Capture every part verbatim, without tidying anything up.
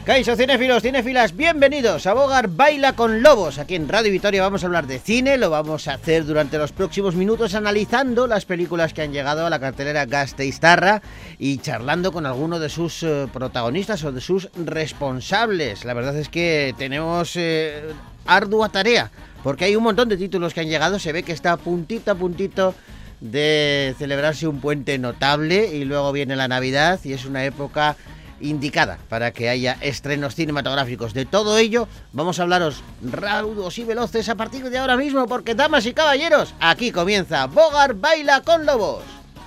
Kaixo, cinéfilos, cinéfilas, bienvenidos a Bogart Baila con Lobos. Aquí en Radio Vitoria vamos a hablar de cine, lo vamos a hacer durante los próximos minutos analizando las películas que han llegado a la cartelera Gasteiztarra y charlando con alguno de sus eh, protagonistas o de sus responsables. La verdad es que tenemos eh, ardua tarea, porque hay un montón de títulos que han llegado, se ve que está a puntito a puntito de celebrarse un puente notable y luego viene la Navidad y es una época indicada para que haya estrenos cinematográficos. De todo ello vamos a hablaros raudos y veloces a partir de ahora mismo, porque, damas y caballeros, aquí comienza Bogart Baila con Lobos.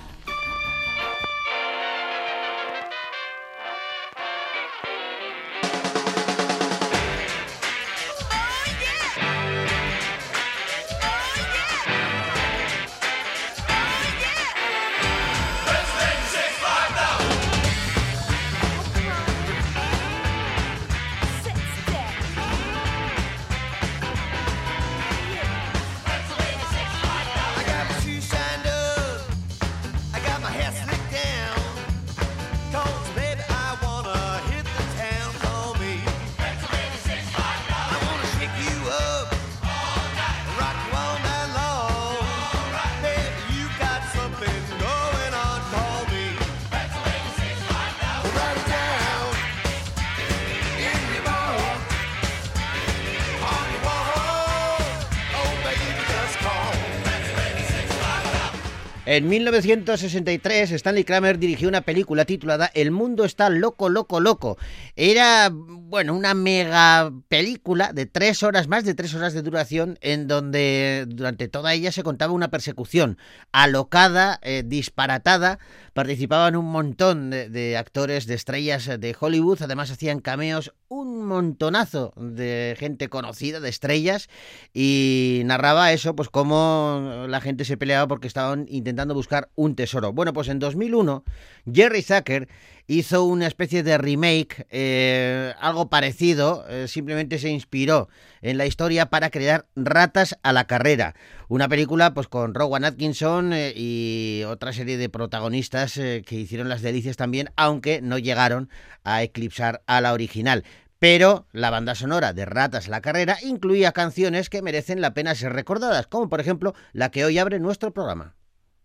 En mil novecientos sesenta y tres, Stanley Kramer dirigió una película titulada El mundo está loco, loco, loco. Era, bueno, una mega película de tres horas, más de tres horas de duración, en donde durante toda ella se contaba una persecución alocada, eh, disparatada. Participaban un montón de, de actores, de estrellas de Hollywood. Además hacían cameos un montonazo de gente conocida, de estrellas, y narraba eso, pues cómo la gente se peleaba porque estaban intentando buscar un tesoro. Bueno, pues en dos mil uno Jerry Zucker hizo una especie de remake, eh, algo parecido, eh, simplemente se inspiró en la historia para crear Ratas a la carrera, una película pues con Rowan Atkinson eh, y otra serie de protagonistas eh, que hicieron las delicias también, aunque no llegaron a eclipsar a la original. Pero la banda sonora de Ratas a la carrera incluía canciones que merecen la pena ser recordadas, como por ejemplo la que hoy abre nuestro programa.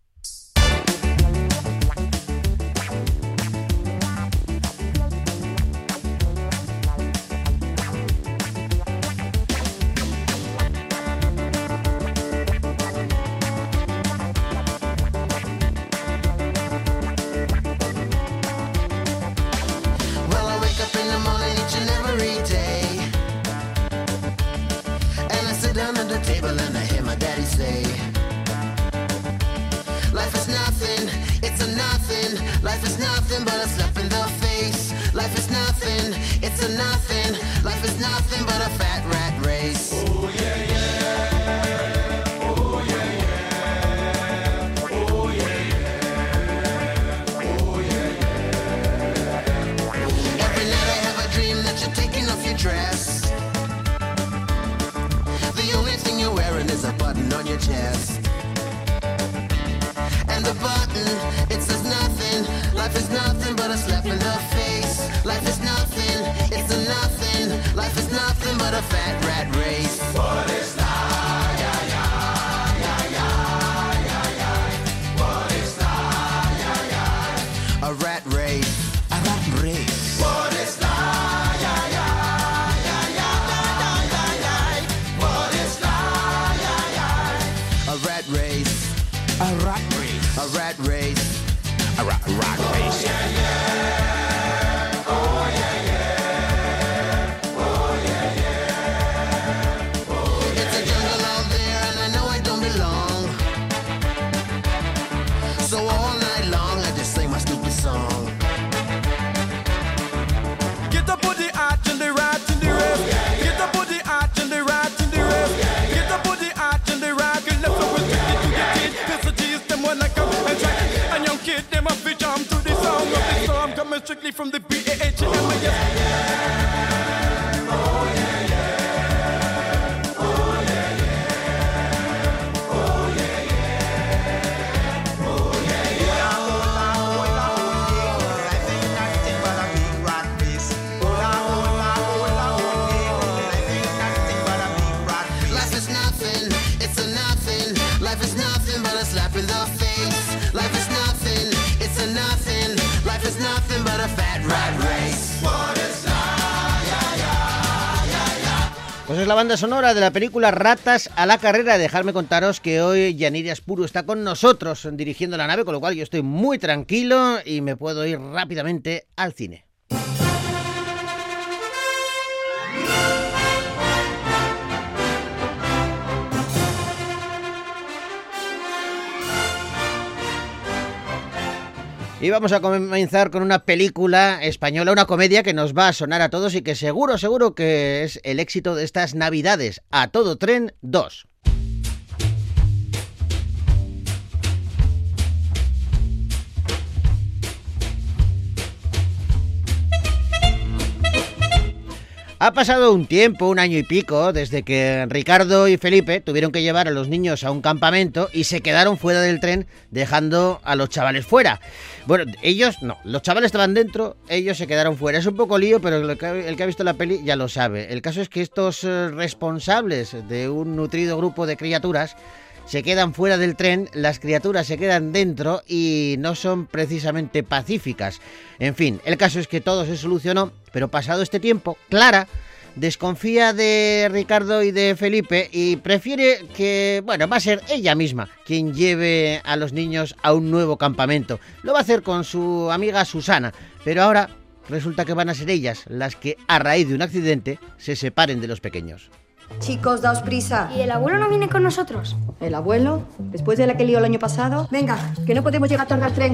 Strictly from the B A H M, yes. Oh, yeah, yeah. Oh, yeah, yeah. Oh, yeah, yeah. Oh, yeah, yeah. Oh, yeah, yeah. Life ain't nothing but a big rock piece. Oh, nothing but a fat rat race. What is life? Yeah, yeah, yeah, yeah. Pues es la banda sonora de la película Ratas a la carrera. Dejadme contaros que hoy Yanire Aspuru está con nosotros dirigiendo la nave, con lo cual yo estoy muy tranquilo y me puedo ir rápidamente al cine. Y vamos a comenzar con una película española, una comedia que nos va a sonar a todos y que seguro, seguro que es el éxito de estas Navidades. A Todo Tren dos. Ha pasado un tiempo, un año y pico, desde que Ricardo y Felipe tuvieron que llevar a los niños a un campamento y se quedaron fuera del tren, dejando a los chavales fuera. Bueno, ellos no, los chavales estaban dentro, ellos se quedaron fuera. Es un poco lío, pero el que, el que ha visto la peli ya lo sabe. El caso es que estos eh, responsables de un nutrido grupo de criaturas se quedan fuera del tren, las criaturas se quedan dentro y no son precisamente pacíficas. En fin, el caso es que todo se solucionó, pero pasado este tiempo, Clara desconfía de Ricardo y de Felipe y prefiere que, bueno, va a ser ella misma quien lleve a los niños a un nuevo campamento. Lo va a hacer con su amiga Susana, pero ahora resulta que van a ser ellas las que, a raíz de un accidente, se separen de los pequeños. Chicos, daos prisa. ¿Y el abuelo no viene con nosotros? ¿El abuelo? ¿Después de la que lió el año pasado? Venga, que no podemos llegar tarde al tren.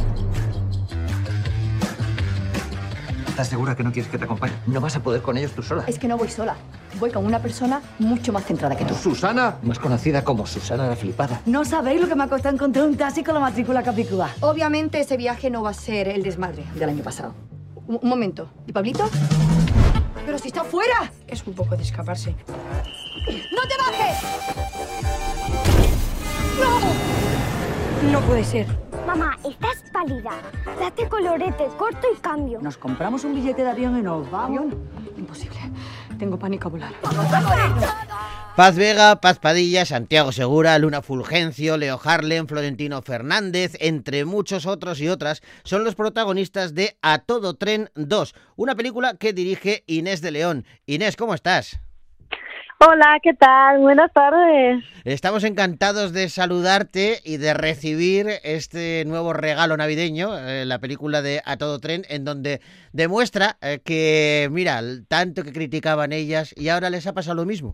¿Estás segura que no quieres que te acompañe? No vas a poder con ellos tú sola. Es que no voy sola. Voy con una persona mucho más centrada que tú. Susana, más conocida como Susana la Flipada. No sabéis lo que me ha costado encontrar un taxi con la matrícula Capicúa. Obviamente ese viaje no va a ser el desmadre del año pasado. Un, un momento. ¿Y Pablito? ¡Pero si está fuera! Es un poco de escaparse. ¡No te bajes! ¡No! No puede ser. Mamá, estás pálida. Date colorete, corto y cambio. Nos compramos un billete de avión y nos vamos. Imposible. Tengo pánico a volar. Paz Vega, Paz Padilla, Santiago Segura, Luna Fulgencio, Leo Harlem, Florentino Fernández, entre muchos otros y otras, son los protagonistas de A Todo Tren dos, una película que dirige Inés de León. Inés, ¿cómo estás? Hola, ¿qué tal? Buenas tardes. Estamos encantados de saludarte y de recibir este nuevo regalo navideño, eh, la película de A Todo Tren, en donde demuestra eh, que, mira, tanto que criticaban ellas y ahora les ha pasado lo mismo.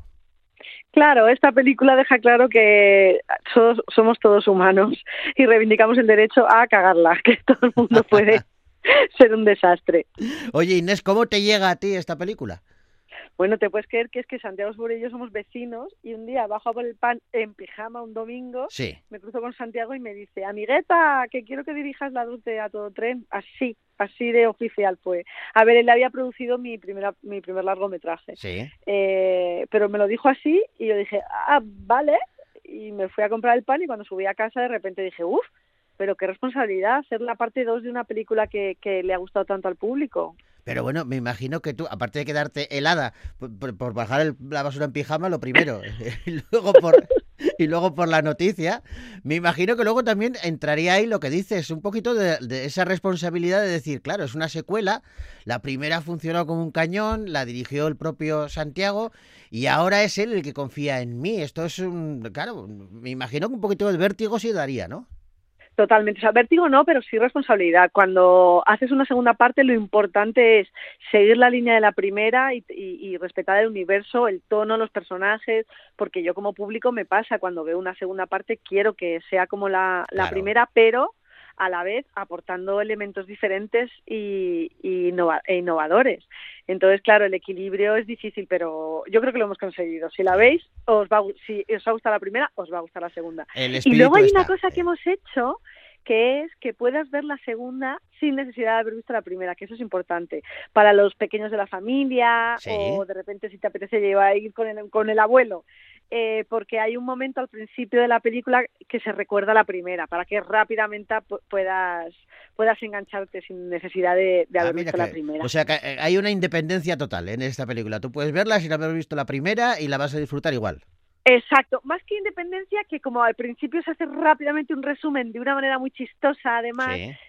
Claro, esta película deja claro que so- somos todos humanos y reivindicamos el derecho a cagarla, que todo el mundo puede ser un desastre. Oye, Inés, ¿cómo te llega a ti esta película? Bueno, te puedes creer que es que Santiago Segura y yo somos vecinos y un día bajo a por el pan en pijama un domingo, Sí. me cruzo con Santiago y me dice, amigueta, que quiero que dirijas la dos de A Todo Tren. Así, así de oficial fue. A ver, él había producido mi primera mi primer largometraje, Sí. eh, pero me lo dijo así y yo dije, ah, vale, y me fui a comprar el pan y cuando subí a casa de repente dije, uff, pero qué responsabilidad hacer la parte dos de una película que, que le ha gustado tanto al público. Pero bueno, me imagino que tú, aparte de quedarte helada por, por- por bajar el- la basura en pijama, lo primero, y luego por y luego por la noticia, me imagino que luego también entraría ahí lo que dices, un poquito de, de esa responsabilidad de decir, claro, es una secuela, la primera funcionó como un cañón, la dirigió el propio Santiago y ahora es él el que confía en mí. Esto es un, claro, me imagino que un poquito de vértigo sí daría, ¿no? Totalmente, o sea, vértigo no, pero sí responsabilidad. Cuando haces una segunda parte, lo importante es seguir la línea de la primera y, y, y respetar el universo, el tono, los personajes, porque yo como público me pasa, cuando veo una segunda parte, quiero que sea como la, la Claro. primera, pero a la vez aportando elementos diferentes y, y innova- e innovadores. Entonces, claro, el equilibrio es difícil, pero yo creo que lo hemos conseguido. Si la veis, os va, a gu- si os ha gustado la primera, os va a gustar la segunda. El Y espíritu luego hay una está, cosa eh. que hemos hecho, que es que puedas ver la segunda sin necesidad de haber visto la primera, que eso es importante. Para los pequeños de la familia, Sí. o de repente si te apetece llevar ir con el, con el abuelo, eh, porque hay un momento al principio de la película que se recuerda a la primera, para que rápidamente pu- puedas puedas engancharte sin necesidad de, de Ah, haber mira visto la que- primera. O sea que eh, hay una independencia total en esta película. Tú puedes verla sin haber visto la primera y la vas a disfrutar igual. Exacto, más que independencia, que como al principio se hace rápidamente un resumen de una manera muy chistosa, además, Sí.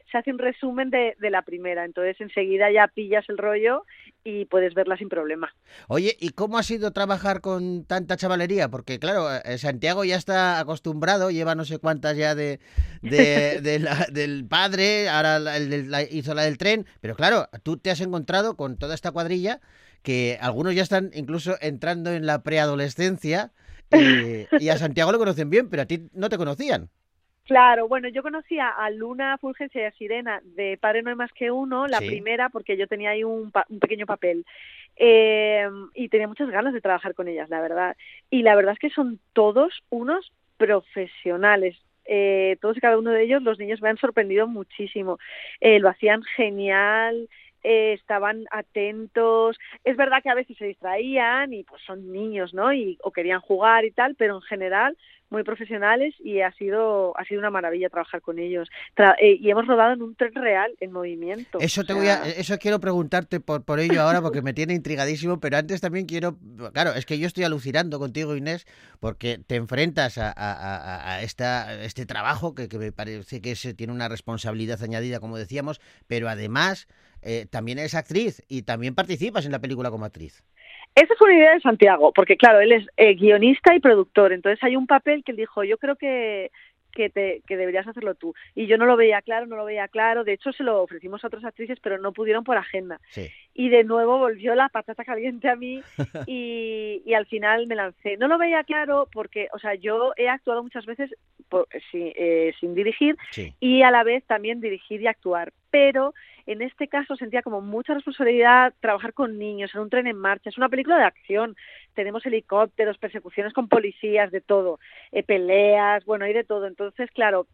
se hace un resumen de, de la primera, entonces enseguida ya pillas el rollo y puedes verla sin problema. Oye, ¿y cómo ha sido trabajar con tanta chavalería? Porque claro, eh, Santiago ya está acostumbrado, lleva no sé cuántas ya de, de, de la- del padre, ahora la, el del- la- hizo la del tren, pero claro, tú te has encontrado con toda esta cuadrilla que algunos ya están incluso entrando en la preadolescencia y, y a Santiago lo conocen bien, pero a ti no te conocían. Claro, bueno, yo conocía a Luna Fulgencia y a Sirena de Padre no hay más que uno, la Sí. primera, porque yo tenía ahí un, pa- un pequeño papel. Eh, y tenía muchas ganas de trabajar con ellas, la verdad. Y la verdad es que son todos unos profesionales. Eh, todos y cada uno de ellos, los niños me han sorprendido muchísimo. Eh, lo hacían genial, eh, estaban atentos. Es verdad que a veces se distraían y pues son niños, ¿no? Y, o querían jugar y tal, pero en general muy profesionales y ha sido ha sido una maravilla trabajar con ellos. Tra- eh, y hemos rodado en un tren real en movimiento. Eso O te voy a, sea, eso quiero preguntarte por, por ello ahora porque me tiene intrigadísimo, pero antes también quiero, claro, es que yo estoy alucinando contigo, Inés, porque te enfrentas a, a- a- a esta, este trabajo que, que me parece que es- tiene una responsabilidad añadida, como decíamos, pero además eh, también eres actriz y también participas en la película como actriz. esa fue una idea de Santiago, porque claro, él es eh, guionista y productor, entonces hay un papel que él dijo, yo creo que que, te, que deberías hacerlo tú. Y yo no lo veía claro, no lo veía claro, de hecho se lo ofrecimos a otras actrices, pero no pudieron por agenda. Sí. Y de nuevo volvió la patata caliente a mí y, y al final me lancé. No lo veía claro porque, o sea, yo he actuado muchas veces por, sí, eh, sin dirigir Sí. y a la vez también dirigir y actuar, pero en este caso sentía como mucha responsabilidad trabajar con niños en un tren en marcha. Es una película de acción, tenemos helicópteros, persecuciones con policías, de todo, eh, peleas, bueno, hay de todo. Entonces, claro,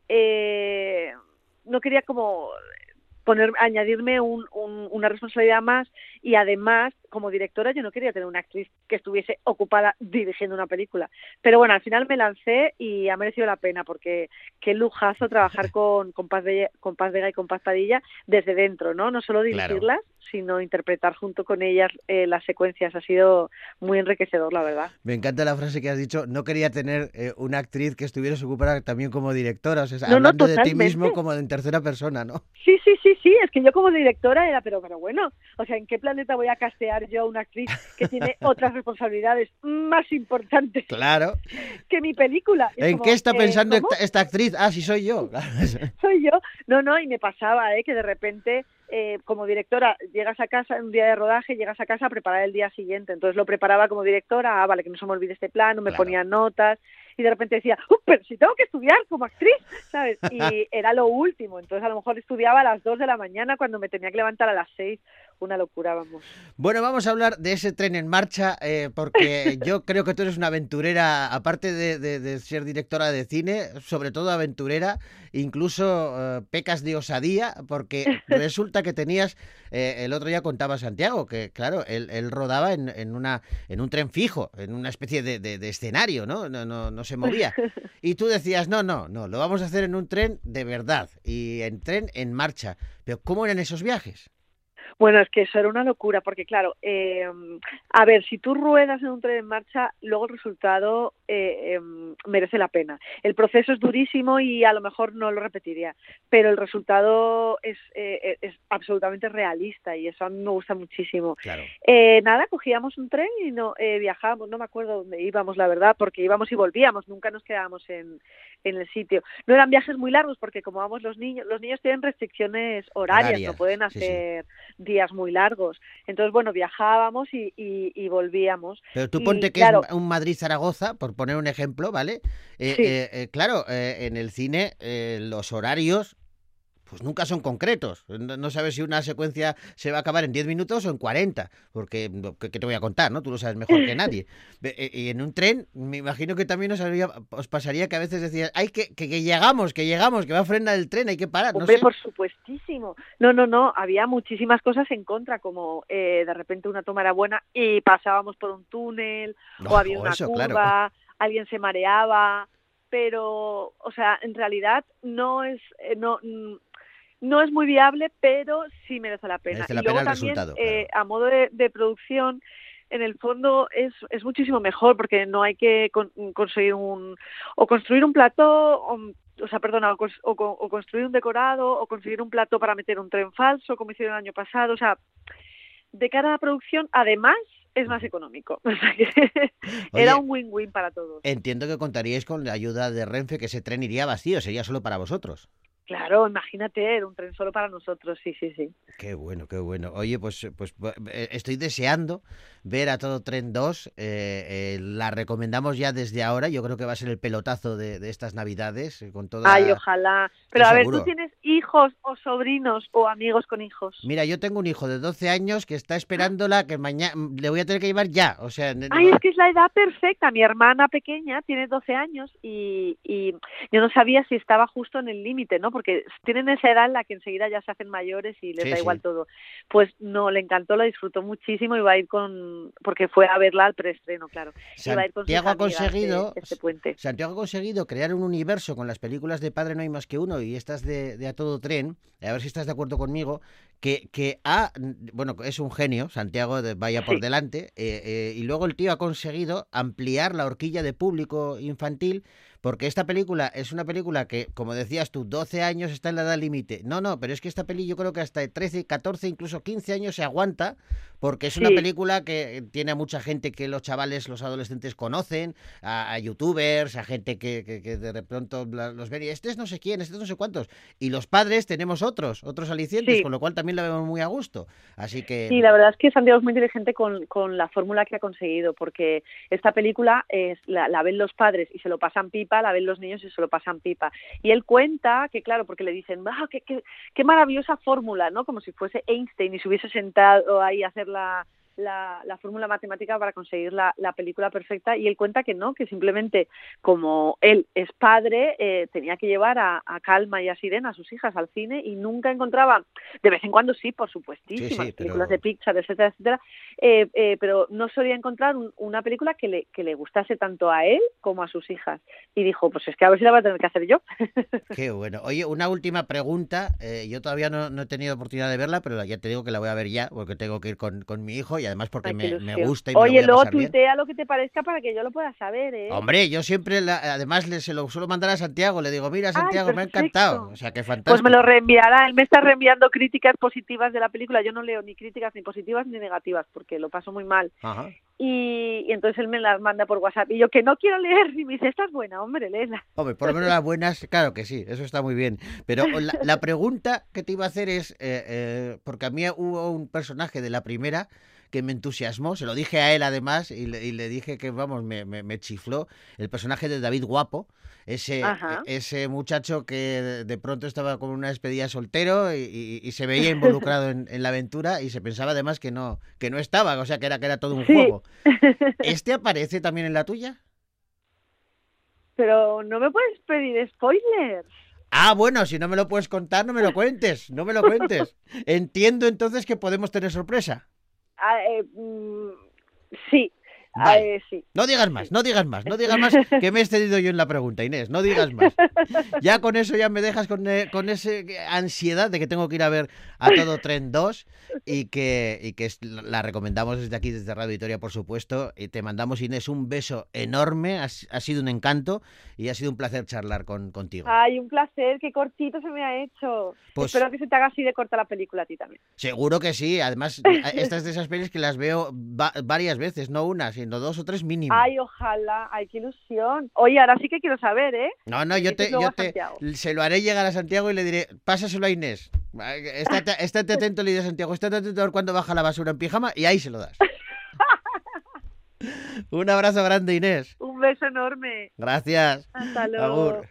eh, no quería como poner, añadirme un, un, una responsabilidad más y además, como directora, yo no quería tener una actriz que estuviese ocupada dirigiendo una película. Pero bueno, al final me lancé y ha merecido la pena porque qué lujazo trabajar con, con, Paz, Vega, con Paz Vega y con Paz Padilla desde dentro, ¿no? No solo dirigirlas, claro, sino interpretar junto con ellas eh, las secuencias. Ha sido muy enriquecedor, la verdad. Me encanta la frase que has dicho, no quería tener eh, una actriz que estuviese ocupada también como directora, o sea, No, no, hablando de ti totalmente. mismo como en tercera persona, ¿no? Sí, sí, sí, sí, es que yo como directora era, pero, pero bueno, o sea, ¿en qué planeta voy a castear yo a una actriz que tiene otras responsabilidades más importantes Claro. que mi película? Y es ¿En como, qué está eh, pensando ¿cómo? esta, esta actriz? Ah, sí, soy yo. Soy yo. No, no, y me pasaba, ¿eh? Que de repente, eh, como directora, llegas a casa, un día de rodaje, llegas a casa a preparar el día siguiente. Entonces lo preparaba como directora, ah, vale, que no se me olvide este plano, me Claro. ponía notas, y de repente decía, ¡uh, pero si tengo que estudiar como actriz! ¿Sabes? Y era lo último. Entonces a lo mejor estudiaba a las dos de la mañana cuando me tenía que levantar a las seis. Una locura, vamos. Bueno, vamos a hablar de ese tren en marcha, eh, porque yo creo que tú eres una aventurera, aparte de, de- de ser directora de cine, sobre todo aventurera, incluso eh, pecas de osadía, porque resulta que tenías, eh, el otro día contaba Santiago, que claro, él, él rodaba en, en, una, en un tren fijo, en una especie de, de- de escenario, ¿no? No, no, no se movía. Y tú decías, no, no, no, lo vamos a hacer en un tren de verdad, y en tren en marcha. Pero ¿cómo eran esos viajes? Bueno, es que eso era una locura, porque claro, eh, a ver, si tú ruedas en un tren en marcha, luego el resultado eh, eh, merece la pena. El proceso es durísimo y a lo mejor no lo repetiría, pero el resultado es, eh, es absolutamente realista y eso a mí me gusta muchísimo. Claro. Eh, nada, cogíamos un tren y no eh, viajábamos, no me acuerdo dónde íbamos, la verdad, porque íbamos y volvíamos, nunca nos quedábamos en, en el sitio. No eran viajes muy largos porque como vamos los niños, los niños tienen restricciones horarias, Horarias, no pueden sí, sí. hacer días muy largos. Entonces, bueno, viajábamos y, y, y volvíamos. Pero tú Y, ponte que claro, es un Madrid-Zaragoza, por poner un ejemplo, ¿vale? Eh, Sí. eh, eh, claro, eh, en el cine eh, los horarios pues nunca son concretos. No, no sabes si una secuencia se va a acabar en diez minutos o en cuarenta, porque ¿qué, qué te voy a contar, no? Tú lo sabes mejor que nadie. Ve- eh, Y en un tren, me imagino que también os, habría- os pasaría que a veces decías, ay, que, que, que llegamos, que llegamos, que va a frenar el tren, hay que parar, no hombre, sé. por supuestísimo. No, no, no, había muchísimas cosas en contra, como eh, de repente una toma era buena y pasábamos por un túnel, No, o había o una eso, curva, claro. alguien se mareaba, pero, o sea, en realidad no es, eh, no, mm, no es muy viable, pero sí merece la pena. Merece la y luego pena el también, resultado, eh, a modo de, de producción, en el fondo es, es muchísimo mejor porque no hay que con- conseguir un o construir un plató o, o sea, perdona, o, cons- o, co- o construir un decorado, o conseguir un plato para meter un tren falso, como hicieron el año pasado. O sea, de cara a la producción, además, es más económico. O sea que Oye, era un win-win para todos. entiendo que contaríais con la ayuda de Renfe, que ese tren iría vacío, sería solo para vosotros. Claro, imagínate, era un tren solo para nosotros, sí, sí, sí. Qué bueno, qué bueno. Oye, pues, pues eh, estoy deseando ver A Todo Tren dos. Eh, eh, la recomendamos ya desde ahora. Yo creo que va a ser el pelotazo de, de estas Navidades. eh, Con toda... Ay, ojalá. Pero Estoy a ver, seguro. ¿tú tienes hijos o sobrinos o amigos con hijos? Mira, yo tengo un hijo de doce años que está esperándola, que mañana le voy a tener que llevar ya. O sea, ne- Ay, no- es que es la edad perfecta. Mi hermana pequeña tiene doce años y, y yo no sabía si estaba justo en el límite, ¿no? Porque tienen esa edad en la que enseguida ya se hacen mayores y les Sí, da sí. igual todo. Pues no, le encantó, lo disfrutó muchísimo y va a ir con... Porque fue a verla al preestreno, claro. Y va a ir con sus Santiago ha amigas conseguido, de este puente. Santiago ha conseguido crear un universo con las películas de Padre No hay más que uno y estas de, de A Todo Tren, a ver si estás de acuerdo conmigo, que, que ha, bueno, es un genio, Santiago, de- vaya por Sí. delante, eh, eh, y luego el tío ha conseguido ampliar la horquilla de público infantil, porque esta película es una película que, como decías tú, doce años está en la edad límite. No, no, pero es que esta peli yo creo que hasta trece, catorce, incluso quince años se aguanta, porque es una Sí. película que tiene a mucha gente que los chavales, los adolescentes conocen, a, a youtubers, a gente que, que, que de pronto la- los ven y este es no sé quién, este es no sé cuántos. Y los padres tenemos otros, otros alicientes, Sí. con lo cual también la vemos muy a gusto. Así que... Sí, la verdad es que Santiago es muy inteligente con, con la fórmula que ha conseguido, porque esta película es la, la ven los padres y se lo pasan pipa, la ven los niños y se lo pasan pipa. Y él cuenta que, claro, porque le dicen, ¡ah, qué, qué, qué maravillosa fórmula!, ¿no? Como si fuese Einstein y se hubiese sentado ahí a hacer la, la, la fórmula matemática para conseguir la, la película perfecta, y él cuenta que no, que simplemente como él es padre, eh, tenía que llevar a, a Calma y a Sirena, a sus hijas, al cine, y nunca encontraba, de vez en cuando sí, por supuestísimas, Sí, sí, pero- películas de Pixar, etcétera, etcétera, eh, eh, pero no solía encontrar un- una película que le, que le gustase tanto a él como a sus hijas, y dijo, pues es que a ver si la voy a tener que hacer yo. Qué bueno. Oye, una última pregunta. eh, yo todavía no, no he tenido oportunidad de verla, pero ya te digo que la voy a ver ya, porque tengo que ir con, con mi hijo y además porque Ay, qué me, me ilusión. gusta y me lo Oye, voy a luego pasar bien. tuitea lo que te parezca para que yo lo pueda saber, ¿eh? Hombre, yo siempre, la- además, le, se lo suelo mandar a Santiago. Le digo, mira, Ay, Santiago, me ha perfecto. encantado. O sea, qué fantástico. Pues me lo reenviará, él me está reenviando críticas positivas de la película, yo no leo ni críticas ni positivas ni negativas porque lo paso muy mal, Ajá. y, y entonces él me las manda por WhatsApp y yo que no quiero leer, y me dice, esta es buena, hombre, léela. Hombre, por lo menos las buenas, claro que sí, eso está muy bien. Pero la, la pregunta que te iba a hacer es, eh, eh, porque a mí hubo un personaje de la primera que me entusiasmó, se lo dije a él además, y le, y le dije que, vamos, me, me, me chifló, el personaje de David Guapo, ese, Ajá. ese muchacho que de, de pronto estaba con una despedida soltero y, y- y se veía involucrado en, en la aventura y se pensaba además que no, que no estaba, o sea, que era, que era todo un Sí. juego. ¿Este aparece también en la tuya? Pero no me puedes pedir spoilers. Ah, bueno, si no me lo puedes contar, no me lo cuentes, no me lo cuentes. Entiendo entonces que podemos tener sorpresa. Ah, eh, mm, sí, ah, Vale. eh, sí. No digas más, no digas más, no digas más, que me he excedido yo en la pregunta, Inés, no digas más. Ya con eso ya me dejas con, eh, con esa ansiedad de que tengo que ir a ver A Todo Tren dos y que, y que es- la recomendamos desde aquí, desde Radio Vitoria, por supuesto. Y te mandamos, Inés, un beso enorme, ha, ha sido un encanto y ha sido un placer charlar con, contigo. Ay, un placer, qué cortito se me ha hecho. Pues- Espero que se te haga así de corta la película a ti también. Seguro que sí, además, esta es de esas pelis que las veo va- varias veces, no una, sino dos o tres mínimo. Ay, ojalá, ay, qué ilusión. Oye, ahora sí que quiero saber, ¿eh? No, no, yo Dices te, luego yo a te Santiago. se lo haré llegar a Santiago y le diré, pásaselo a Inés. Estate, estate atento, le diré a Santiago, estate atento a ver cuándo baja la basura en pijama y ahí se lo das. Un abrazo grande, Inés. Un beso enorme. Gracias. Hasta luego. Agur.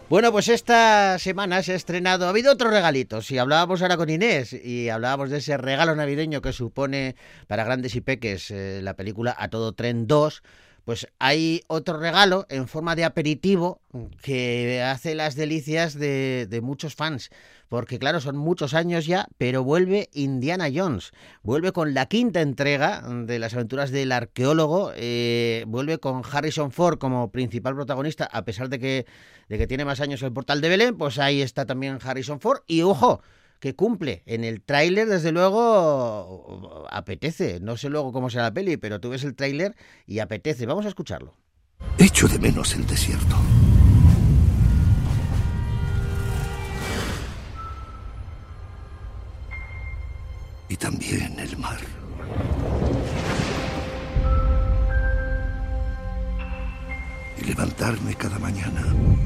Bueno, pues esta semana se ha estrenado, ha habido otros regalitos, y hablábamos ahora con Inés, y hablábamos de ese regalo navideño que supone para grandes y peques eh, la película A Todo Tren dos, pues hay otro regalo en forma de aperitivo que hace las delicias de, de muchos fans, porque claro, son muchos años ya, pero vuelve Indiana Jones, vuelve con la quinta entrega de las aventuras del arqueólogo, eh, vuelve con Harrison Ford como principal protagonista, a pesar de que, de que tiene más años el Portal de Belén, pues ahí está también Harrison Ford, y ojo, que cumple. En el tráiler, desde luego, apetece. No sé luego cómo será la peli, pero tú ves el tráiler y apetece. Vamos a escucharlo. Echo de menos el desierto. Y también el mar. Y levantarme cada mañana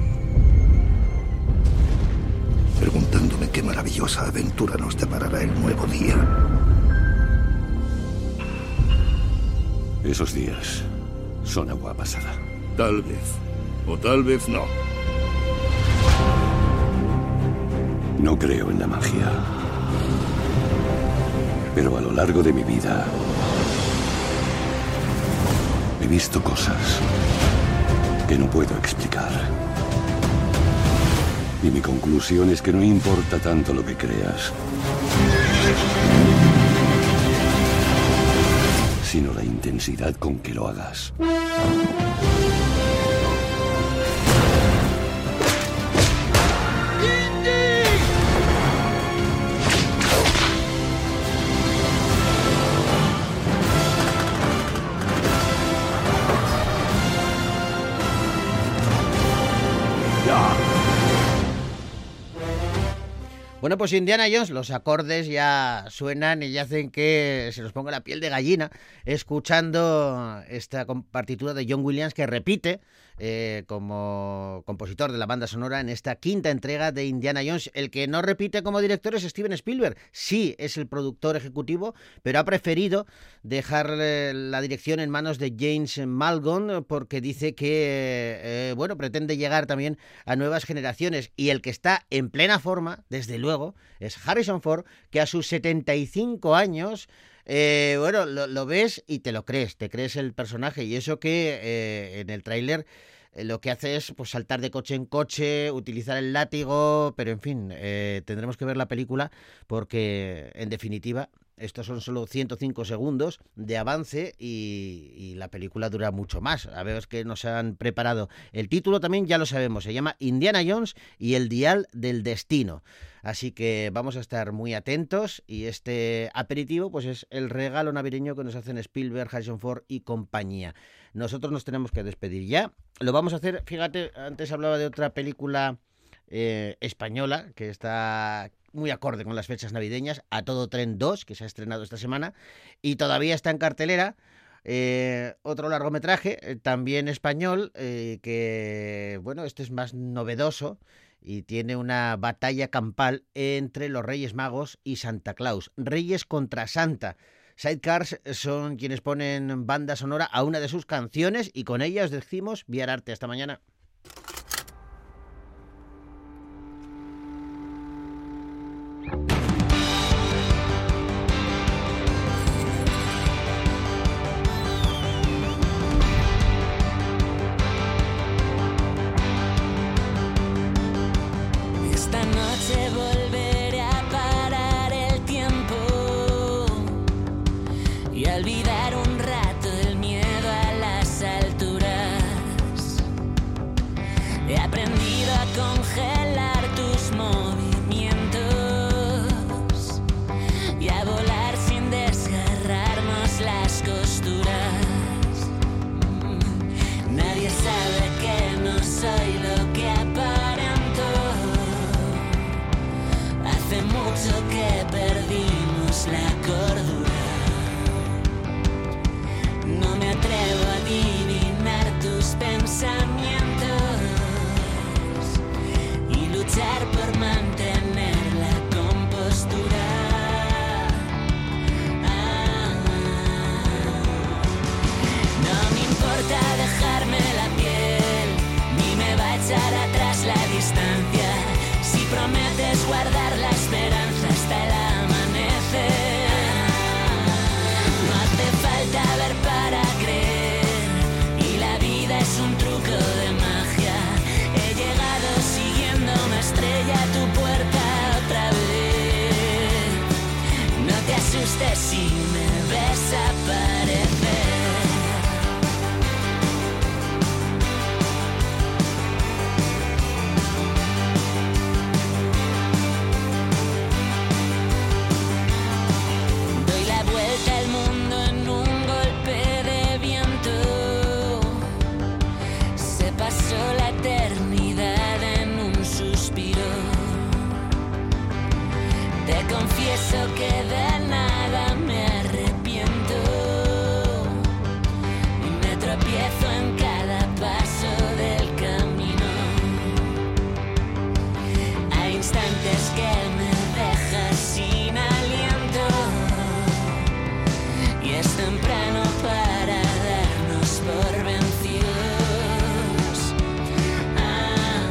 preguntándome qué maravillosa aventura nos deparará el nuevo día. Esos días son agua pasada. Tal vez, o tal vez no. No creo en la magia. Pero a lo largo de mi vida he visto cosas que no puedo explicar. Y mi conclusión es que no importa tanto lo que creas, sino la intensidad con que lo hagas. Bueno, pues Indiana Jones, los acordes ya suenan y ya hacen que se nos ponga la piel de gallina escuchando esta partitura de John Williams, que repite eh, como compositor de la banda sonora en esta quinta entrega de Indiana Jones. El que no repite como director es Steven Spielberg. Sí, es el productor ejecutivo, pero ha preferido dejar eh, la dirección en manos de James Mangold, porque dice que eh, bueno, pretende llegar también a nuevas generaciones, y el que está en plena forma, desde luego, es Harrison Ford, que a sus setenta y cinco años, eh, bueno, lo, lo ves y te lo crees, te crees el personaje, y eso que eh, en el tráiler eh, lo que hace es pues saltar de coche en coche, utilizar el látigo, pero en fin, eh, tendremos que ver la película porque, en definitiva, estos son solo ciento cinco segundos de avance y, y la película dura mucho más. A ver, es que nos han preparado. El título también ya lo sabemos, se llama Indiana Jones y el dial del destino. Así que vamos a estar muy atentos, y este aperitivo pues es el regalo navideño que nos hacen Spielberg, Harrison Ford y compañía. Nosotros nos tenemos que despedir ya. Lo vamos a hacer, fíjate, antes hablaba de otra película eh, española que está muy acorde con las fechas navideñas, A Todo Tren dos, que se ha estrenado esta semana y todavía está en cartelera. Eh, otro largometraje, eh, también español, eh, que, bueno, este es más novedoso y tiene una batalla campal entre los Reyes Magos y Santa Claus. Reyes contra Santa. Sidecars son quienes ponen banda sonora a una de sus canciones, y con ella os decimos Viar Arte. Hasta mañana. Esta noche volveré a parar el tiempo y a olvidar un rato el miedo a las alturas. asustes si me ves aparecer. Doy la vuelta al mundo en un golpe de viento. Se pasó la eternidad en un suspiro. Te confieso que de nada me arrepiento y me tropiezo en cada paso del camino. Hay instantes que me dejas sin aliento y es temprano para darnos por vencidos. Ah,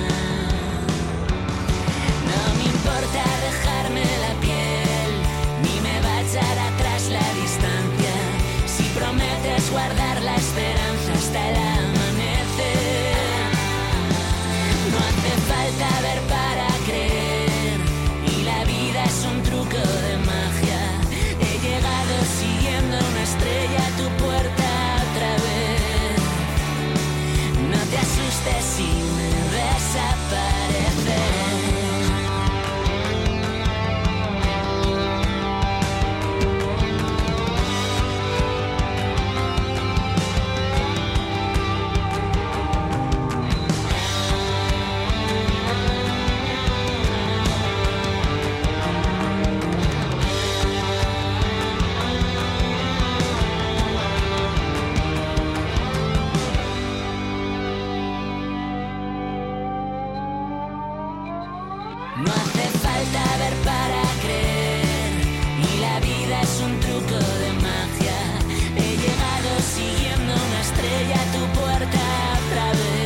no me importa dejarme la piel, ni me va a echar atrás la distancia, si prometes guardar la esperanza hasta el amanecer. No hace falta ver para creer, y la vida es un truco de magia. He llegado siguiendo una estrella a tu puerta otra vez. No te asustes si me ves aparecer. No hace falta ver para creer, y la vida es un truco de magia. He llegado siguiendo una estrella a tu puerta otra vez.